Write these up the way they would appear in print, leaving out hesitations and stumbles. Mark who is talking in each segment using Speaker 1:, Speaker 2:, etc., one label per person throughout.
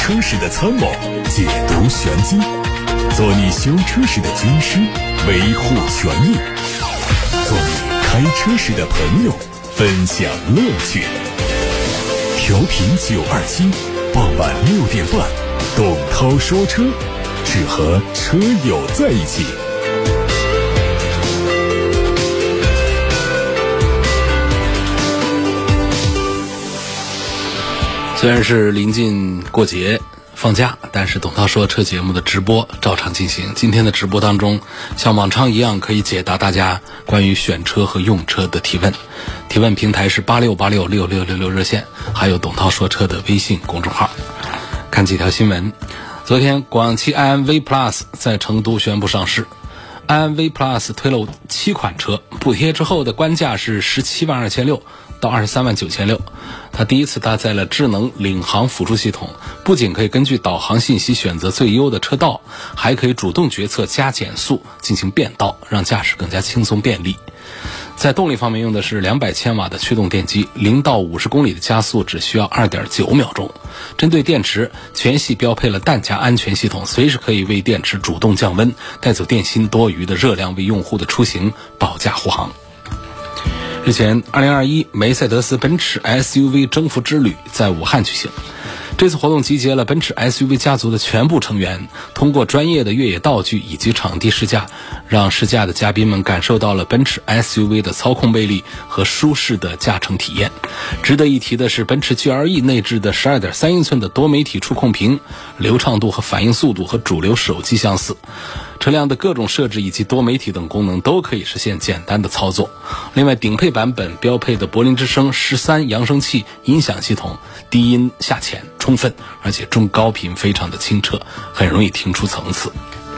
Speaker 1: 车时的参谋，解读玄机，做你修车时的军师，维护权益，做你开车时的朋友，分享乐趣。调频927，傍晚6点半，董涛说车，只和车友在一起。
Speaker 2: 虽然是临近过节放假，但是董涛说车节目的直播照常进行。今天的直播当中，像往常一样可以解答大家关于选车和用车的提问。提问平台是86866666热线，还有董涛说车的微信公众号。看几条新闻。昨天广汽埃安 V Plus 在成都宣布上市。埃安 V Plus 推了7款车，补贴之后的官价是172600到239600。它第一次搭载了智能领航辅助系统，不仅可以根据导航信息选择最优的车道，还可以主动决策加减速进行变道，让驾驶更加轻松便利。在动力方面用的是200千瓦的驱动电机，0到50公里的加速只需要 2.9 秒钟。针对电池，全系标配了弹夹安全系统，随时可以为电池主动降温，带走电芯多余的热量，为用户的出行保驾护航。日前2021梅赛德斯奔驰 SUV 征服之旅在武汉举行。这次活动集结了奔驰 SUV 家族的全部成员，通过专业的越野道具以及场地试驾，让试驾的嘉宾们感受到了奔驰 SUV 的操控魅力和舒适的驾乘体验。值得一提的是，奔驰 GLE 内置的 12.3 英寸的多媒体触控屏，流畅度和反应速度和主流手机相似。车辆的各种设置以及多媒体等功能都可以实现简单的操作。另外，顶配版本标配的柏林之声13扬声器音响系统，低音下潜充分，而且中高频非常的清澈，很容易听出层次。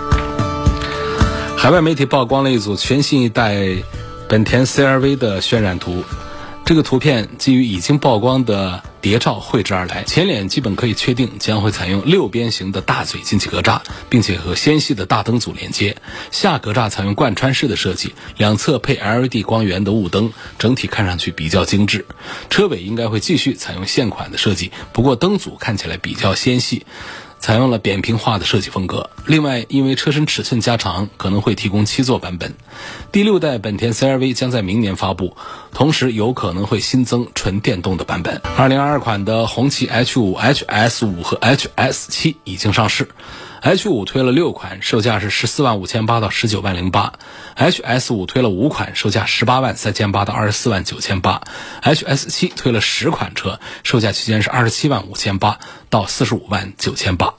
Speaker 2: 海外媒体曝光了一组全新一代本田 CR-V 的渲染图，这个图片基于已经曝光的谍照绘制而来。前脸基本可以确定将会采用6边形的大嘴进气格栅，并且和纤细的大灯组连接。下格栅采用贯穿式的设计，两侧配 LED 光源的雾灯，整体看上去比较精致。车尾应该会继续采用现款的设计，不过灯组看起来比较纤细，采用了扁平化的设计风格。另外，因为车身尺寸加长，可能会提供7座版本。第6代本田 CR-V 将在明年发布，同时有可能会新增纯电动的版本。2022款的红旗 H5、HS5 和 HS7 已经上市。H5 推了6款，售价是145800到190800。HS5 推了5款，售价183800到249,800。HS7 推了10款车，售价区间是275800到4598,800。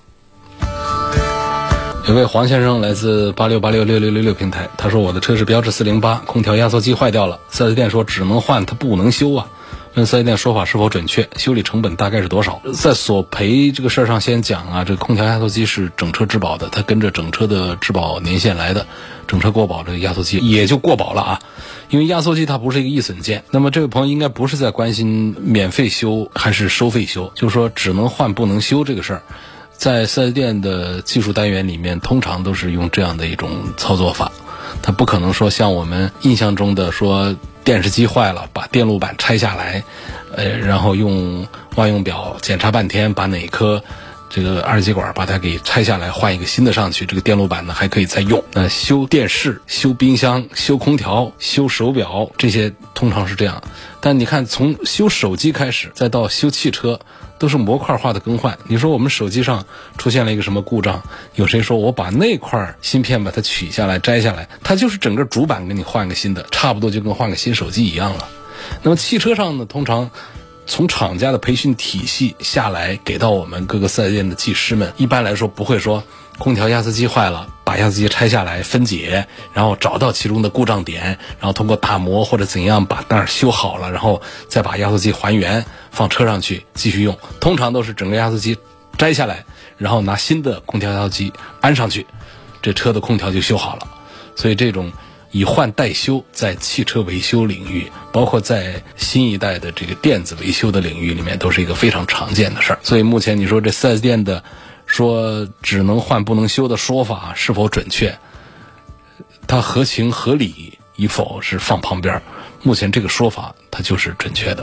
Speaker 2: 有位黄先生来自86866666平台，他说我的车是标致408，空调压缩机坏掉了，4S店说只能换，它不能修啊。问4S店说法是否准确，修理成本大概是多少？在索赔这个事儿上先讲啊，这个空调压缩机是整车质保的，它跟着整车的质保年限来的，整车过保这个压缩机也就过保了啊。因为压缩机它不是一个易损件。那么这位朋友应该不是在关心免费修还是收费修，就是说只能换不能修这个事儿。在4S店的技术单元里面，通常都是用这样的一种操作法，它不可能说像我们印象中的说电视机坏了把电路板拆下来，然后用万用表检查半天，把哪颗这个二极管把它给拆下来，换一个新的上去，这个电路板呢还可以再用。那修电视、修冰箱、修空调、修手表，这些通常是这样。但你看，从修手机开始，再到修汽车，都是模块化的更换。你说我们手机上出现了一个什么故障，有谁说我把那块芯片把它取下来摘下来，它就是整个主板给你换个新的，差不多就跟换个新手机一样了。那么汽车上呢，通常从厂家的培训体系下来给到我们各个4S店的技师们，一般来说不会说空调压缩机坏了把压缩机拆下来分解，然后找到其中的故障点，然后通过打磨或者怎样把那儿修好了，然后再把压缩机还原放车上去继续用。通常都是整个压缩机摘下来，然后拿新的空调压缩机安上去，这车的空调就修好了。所以这种以换代修在汽车维修领域，包括在新一代的这个电子维修的领域里面，都是一个非常常见的事儿。所以目前你说这 4S 店的说只能换不能修的说法是否准确，它合情合理与否是放旁边，目前这个说法它就是准确的。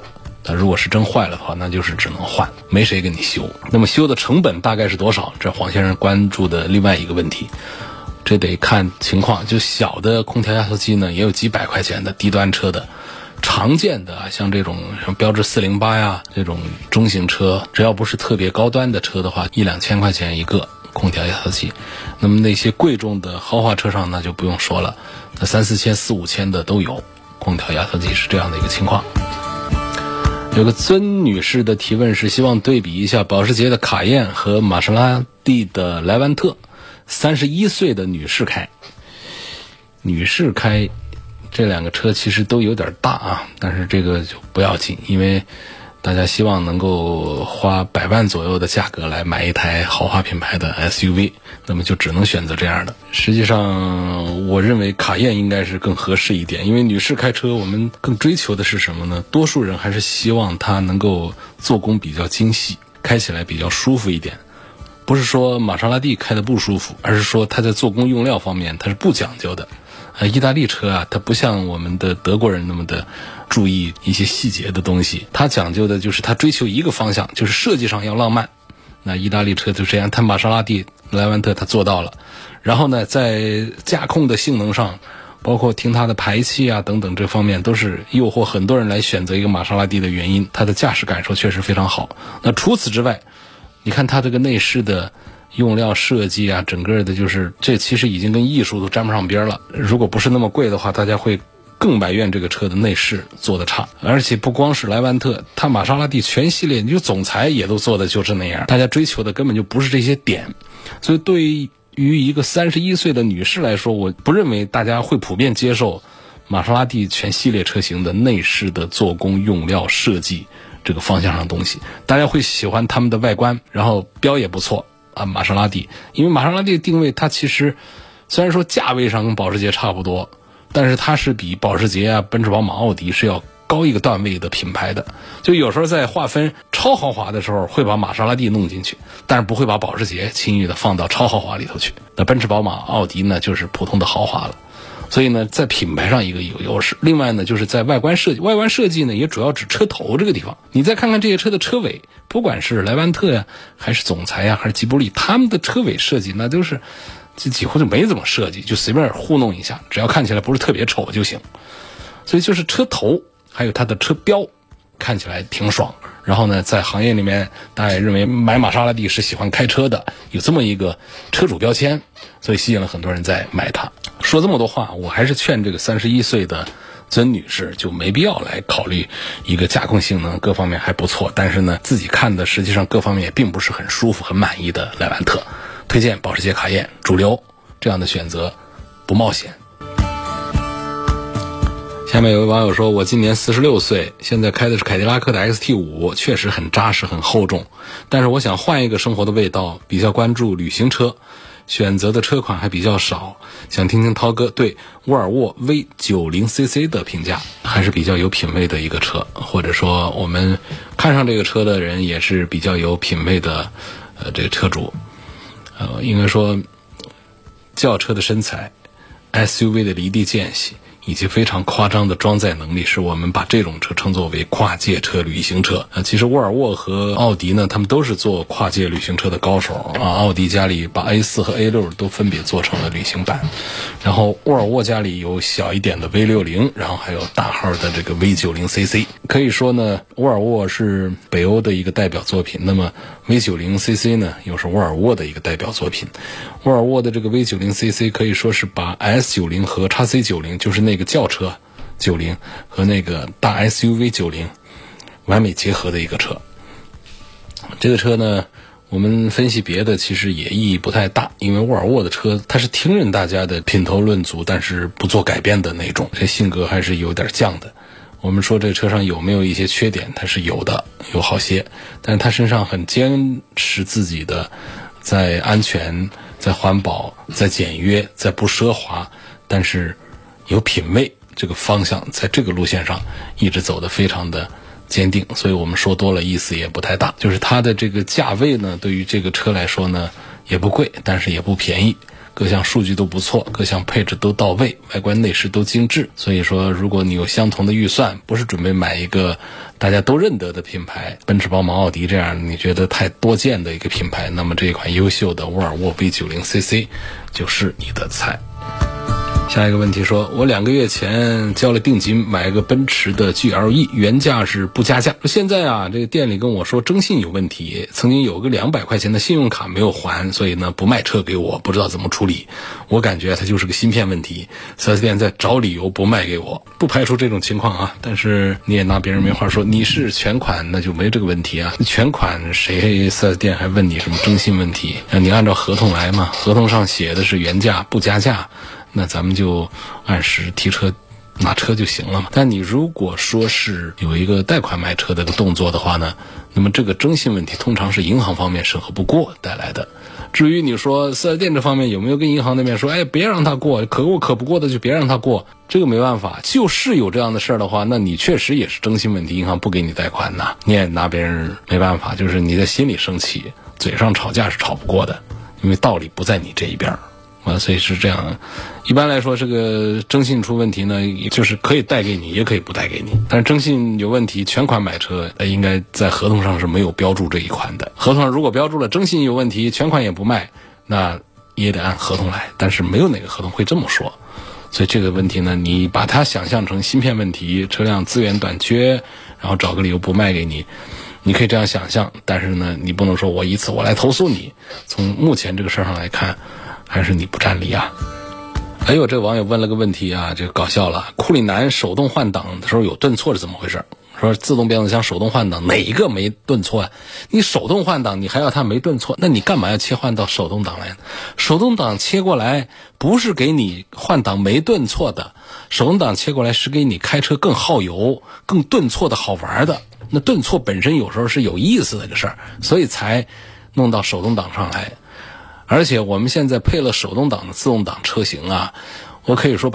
Speaker 2: 那如果是真坏了的话，那就是只能换，没谁给你修。那么修的成本大概是多少？这黄先生关注的另外一个问题，这得看情况。就小的空调压缩机呢，也有几百块钱的低端车的。常见的啊，像这种像标致408呀，这种中型车，只要不是特别高端的车的话，1-2千块钱一个空调压缩机。那么那些贵重的豪华车上那就不用说了，那3-4千、4-5千的都有空调压缩机，是这样的一个情况。有个尊女士的提问是希望对比一下保时捷的卡宴和玛莎拉蒂的莱万特，31岁的女士开。女士开这两个车其实都有点大啊，但是这个就不要紧，因为大家希望能够花100万左右的价格来买一台豪华品牌的 SUV， 那么就只能选择这样的。实际上我认为卡宴应该是更合适一点，因为女士开车我们更追求的是什么呢？多数人还是希望它能够做工比较精细，开起来比较舒服一点。不是说玛莎拉蒂开的不舒服，而是说它在做工用料方面它是不讲究的。意大利车啊，它不像我们的德国人那么的注意一些细节的东西，它讲究的就是它追求一个方向，就是设计上要浪漫。那意大利车就这样，它玛莎拉蒂、莱万特它做到了。然后呢，在驾控的性能上，包括听它的排气啊等等这方面，都是诱惑很多人来选择一个玛莎拉蒂的原因。它的驾驶感受确实非常好。那除此之外，你看它这个内饰的用料设计啊，整个的就是这其实已经跟艺术都沾不上边了。如果不是那么贵的话，大家会更埋怨这个车的内饰做得差。而且不光是莱万特，它玛莎拉蒂全系列，你就总裁也都做的就是那样，大家追求的根本就不是这些点。所以对于一个31岁的女士来说，我不认为大家会普遍接受玛莎拉蒂全系列车型的内饰的做工、用料、设计这个方向上的东西。大家会喜欢他们的外观，然后标也不错啊，玛莎拉蒂。因为玛莎拉蒂的定位，它其实虽然说价位上跟保时捷差不多，但是它是比保时捷啊、奔驰、宝马、奥迪是要高一个段位的品牌的。就有时候在划分超豪华的时候会把玛莎拉蒂弄进去，但是不会把保时捷轻易的放到超豪华里头去。那奔驰、宝马、奥迪呢就是普通的豪华了。所以呢，在品牌上一个有优势。另外呢，就是在外观设计，外观设计呢也主要指车头这个地方。你再看看这些车的车尾，不管是莱万特呀，还是总裁呀，还是吉卜力，他们的车尾设计那都是这几乎就没怎么设计，就随便糊弄一下，只要看起来不是特别丑就行。所以就是车头还有它的车标看起来挺爽。然后呢，在行业里面大家也认为买玛莎拉蒂是喜欢开车的，有这么一个车主标签，所以吸引了很多人在买它。说这么多话，我还是劝这个31岁的尊女士就没必要来考虑一个驾控性能各方面还不错，但是呢自己看的实际上各方面也并不是很舒服很满意的莱万特。推荐保时捷卡宴主流这样的选择，不冒险。下面有位网友说，我今年46岁，现在开的是凯迪拉克的 XT5， 确实很扎实很厚重，但是我想换一个生活的味道，比较关注旅行车，选择的车款还比较少，想听听涛哥对沃尔沃 V90cc 的评价，还是比较有品位的一个车，或者说我们看上这个车的人也是比较有品位的这个车主。应该说轿车的身材， SUV 的离地间隙以及非常夸张的装载能力，是我们把这种车称作为跨界车、旅行车。其实沃尔沃和奥迪呢，他们都是做跨界旅行车的高手啊。奥迪家里把 A4 和 A6 都分别做成了旅行版，然后沃尔沃家里有小一点的 V60， 然后还有大号的这个 V90cc。可以说呢，沃尔沃是北欧的一个代表作品，那么 V90cc 呢又是沃尔沃的一个代表作品。沃尔沃的这个 V90cc 可以说是把 S90 和 XC90， 就是那个轿车90和那个大 SUV 90完美结合的一个车。这个车呢，我们分析别的其实也意义不太大，因为沃尔沃的车它是听任大家的品头论足，但是不做改变的那种，这性格还是有点犟的。我们说这车上有没有一些缺点，它是有的，有好些，但是它身上很坚持自己的在安全、在环保、在简约、在不奢华，但是有品位这个方向，在这个路线上一直走得非常的坚定，所以我们说多了意思也不太大。就是它的这个价位呢，对于这个车来说呢也不贵，但是也不便宜， 各项数据都不错，各项配置都到位，外观内饰都精致。所以说如果你有相同的预算，不是准备买一个大家都认得的品牌，奔驰、宝马、奥迪这样你觉得太多见的一个品牌，那么这一款优秀的沃尔沃 V90CC 就是你的菜。下一个问题说，我2个月前交了定金买个奔驰的 GLE， 原价是不加价。现在啊，这个店里跟我说征信有问题，曾经有个200块钱的信用卡没有还，所以呢不卖车给我，不知道怎么处理。我感觉它就是个芯片问题，4S店在找理由不卖给我，不排除这种情况啊。但是你也拿别人没话说，你是全款那就没这个问题啊，全款谁 4S店还问你什么征信问题？你按照合同来嘛，合同上写的是原价不加价，那咱们就按时提车拿车就行了嘛。但你如果说是有一个贷款买车的个动作的话呢，那么这个征信问题通常是银行方面审核不过带来的。至于你说4S店这方面有没有跟银行那边说，哎，别让他过，可过可不过的就别让他过，这个没办法。就是有这样的事儿的话，那你确实也是征信问题，银行不给你贷款呐，你也拿别人没办法，就是你在心里生气，嘴上吵架是吵不过的，因为道理不在你这一边。所以是这样，一般来说这个征信出问题呢，就是可以贷给你也可以不贷给你，但是征信有问题，全款买车应该在合同上是没有标注这一款的。合同上如果标注了征信有问题，全款也不卖，那也得按合同来，但是没有哪个合同会这么说。所以这个问题呢，你把它想象成芯片问题，车辆资源短缺，然后找个理由不卖给你，你可以这样想象，但是呢你不能说我以此我来投诉你。从目前这个事儿上来看，还是你不占理啊。还有这个网友问了个问题啊，这个搞笑了，库里南手动换挡的时候有顿挫是怎么回事？说自动变速箱手动换挡哪一个没顿挫啊？你手动换挡你还要它没顿挫，那你干嘛要切换到手动挡来呢？手动挡切过来不是给你换挡没顿挫的，手动挡切过来是给你开车更耗油更顿挫的好玩的。那顿挫本身有时候是有意思的个事儿，所以才弄到手动挡上来。而且我们现在配了手动挡的自动挡车型啊，我可以说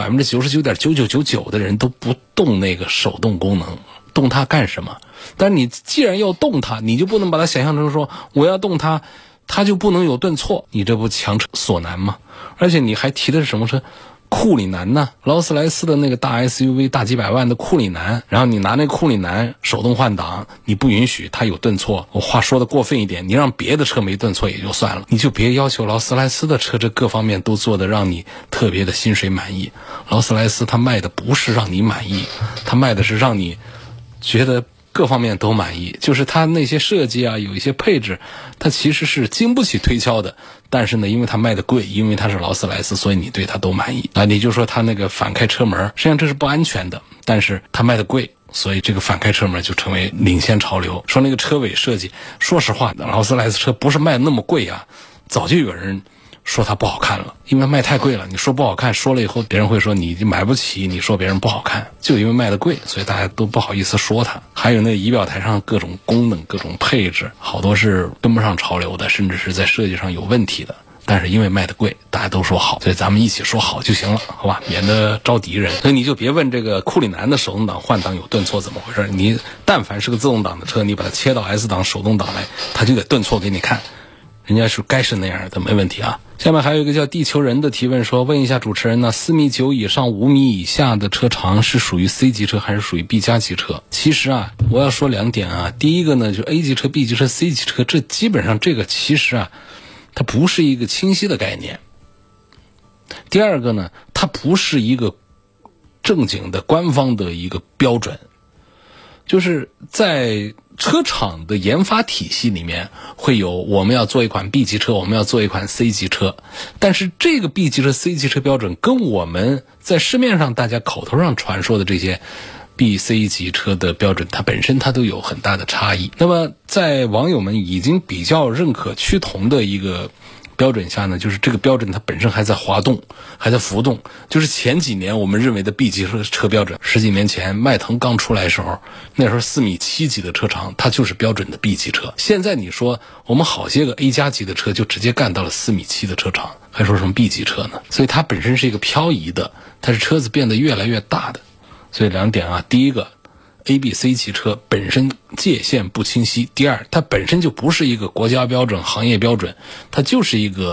Speaker 2: 99.9999% 的人都不动那个手动功能，动它干什么？但是你既然要动它，你就不能把它想象成说我要动它，它就不能有顿挫，你这不强车所难吗？而且你还提的是什么车？库里南呢？劳斯莱斯的那个大 SUV 大几百万的库里南，然后你拿那库里南手动换挡，你不允许它有顿挫。我话说的过分一点，你让别的车没顿挫也就算了，你就别要求劳斯莱斯的车这各方面都做的让你特别的心水满意。劳斯莱斯它卖的不是让你满意，它卖的是让你觉得各方面都满意，就是它那些设计啊，有一些配置它其实是经不起推敲的，但是呢因为它卖的贵，因为它是劳斯莱斯，所以你对它都满意啊。你就说它那个反开车门，实际上这是不安全的，但是它卖的贵，所以这个反开车门就成为领先潮流。说那个车尾设计，说实话劳斯莱斯车不是卖那么贵啊，早就有人说它不好看了，因为卖太贵了，你说不好看，说了以后别人会说你买不起，你说别人不好看，就因为卖的贵，所以大家都不好意思说它。还有那仪表台上各种功能各种配置，好多是跟不上潮流的，甚至是在设计上有问题的，但是因为卖的贵，大家都说好，所以咱们一起说好就行了，好吧，免得招敌人。所以你就别问这个库里南的手动挡换挡有顿挫怎么回事，你但凡是个自动挡的车，你把它切到 S 档手动挡来，它就得顿挫给你看，人家是该是那样的，没问题啊。下面还有一个叫地球人的提问说，问一下主持人呢，4.9米以上5米以下的车长是属于 C 级车还是属于 B 加级车？其实啊，我要说2点啊。第一个呢，就是 A 级车、B 级车、C 级车，这基本上这个其实啊，它不是一个清晰的概念。第二个呢，它不是一个正经的官方的一个标准，就是在车厂的研发体系里面会有我们要做一款 B 级车，我们要做一款 C 级车，但是这个 B 级车 C 级车标准跟我们在市面上大家口头上传说的这些 B、C 级车的标准，它本身它都有很大的差异。那么在网友们已经比较认可趋同的一个标准下呢，就是这个标准它本身还在滑动，还在浮动。就是前几年我们认为的 B 级车标准，10几年前迈腾刚出来的时候，那时候4.7米级的车长它就是标准的 B 级车。现在你说我们好些个 A 加级的车就直接干到了4.7米的车长，还说什么 B 级车呢？所以它本身是一个漂移的，它是车子变得越来越大的。所以2点啊，第一个A、B、C 级车本身界限不清晰，第二它本身就不是一个国家标准行业标准，它就是一个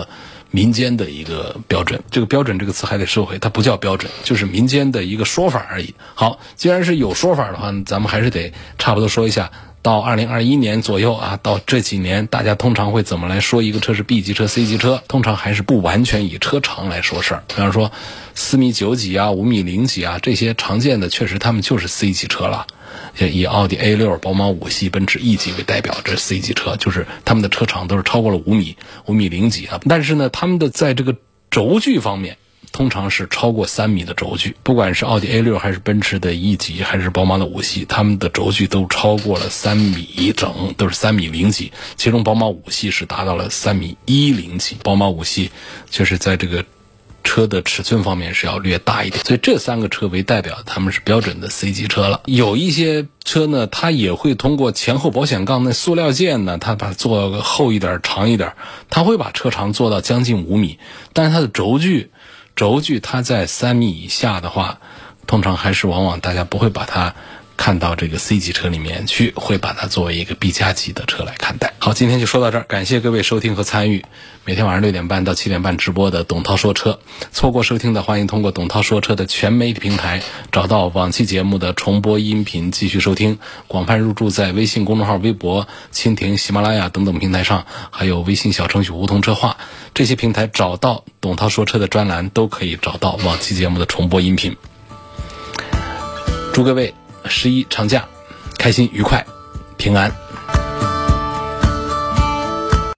Speaker 2: 民间的一个标准。这个标准这个词还得收回，它不叫标准，就是民间的一个说法而已。好，既然是有说法的话，咱们还是得差不多说一下，到2021年左右啊，到这几年大家通常会怎么来说一个车是 B 级车 C 级车，通常还是不完全以车长来说事儿。比方说4.9米几啊5.0米几啊，这些常见的确实他们就是 C 级车了，以奥迪 A6 宝马5系奔驰 E 级为代表，这 C 级车就是他们的车长都是超过了5米5.0米几啊。但是呢，他们的在这个轴距方面通常是超过3米的轴距，不管是奥迪 A6 还是奔驰的 E 级还是宝马的5系，他们的轴距都超过了3米整，都是3.0米几，其中宝马5系是达到了3.10米几。宝马5系确实在这个车的尺寸方面是要略大一点，所以这3个车为代表，他们是标准的 C 级车了。有一些车呢，它也会通过前后保险杠那塑料件呢，它把它做厚一点长一点，它会把车长做到将近5米，但是它的轴距它在3米以下的话，通常还是往往大家不会把它看到这个 C 级车里面去，会把它作为一个 B 加级的车来看待。好，今天就说到这儿，感谢各位收听和参与每天晚上6点半到7点半直播的董涛说车。错过收听的，欢迎通过董涛说车的全媒体平台找到往期节目的重播音频继续收听。广泛入驻在微信公众号、微博、蜻蜓、喜马拉雅等等平台上，还有微信小程序梧桐车话，这些平台找到董涛说车的专栏都可以找到往期节目的重播音频。祝各位11长假开心愉快平安。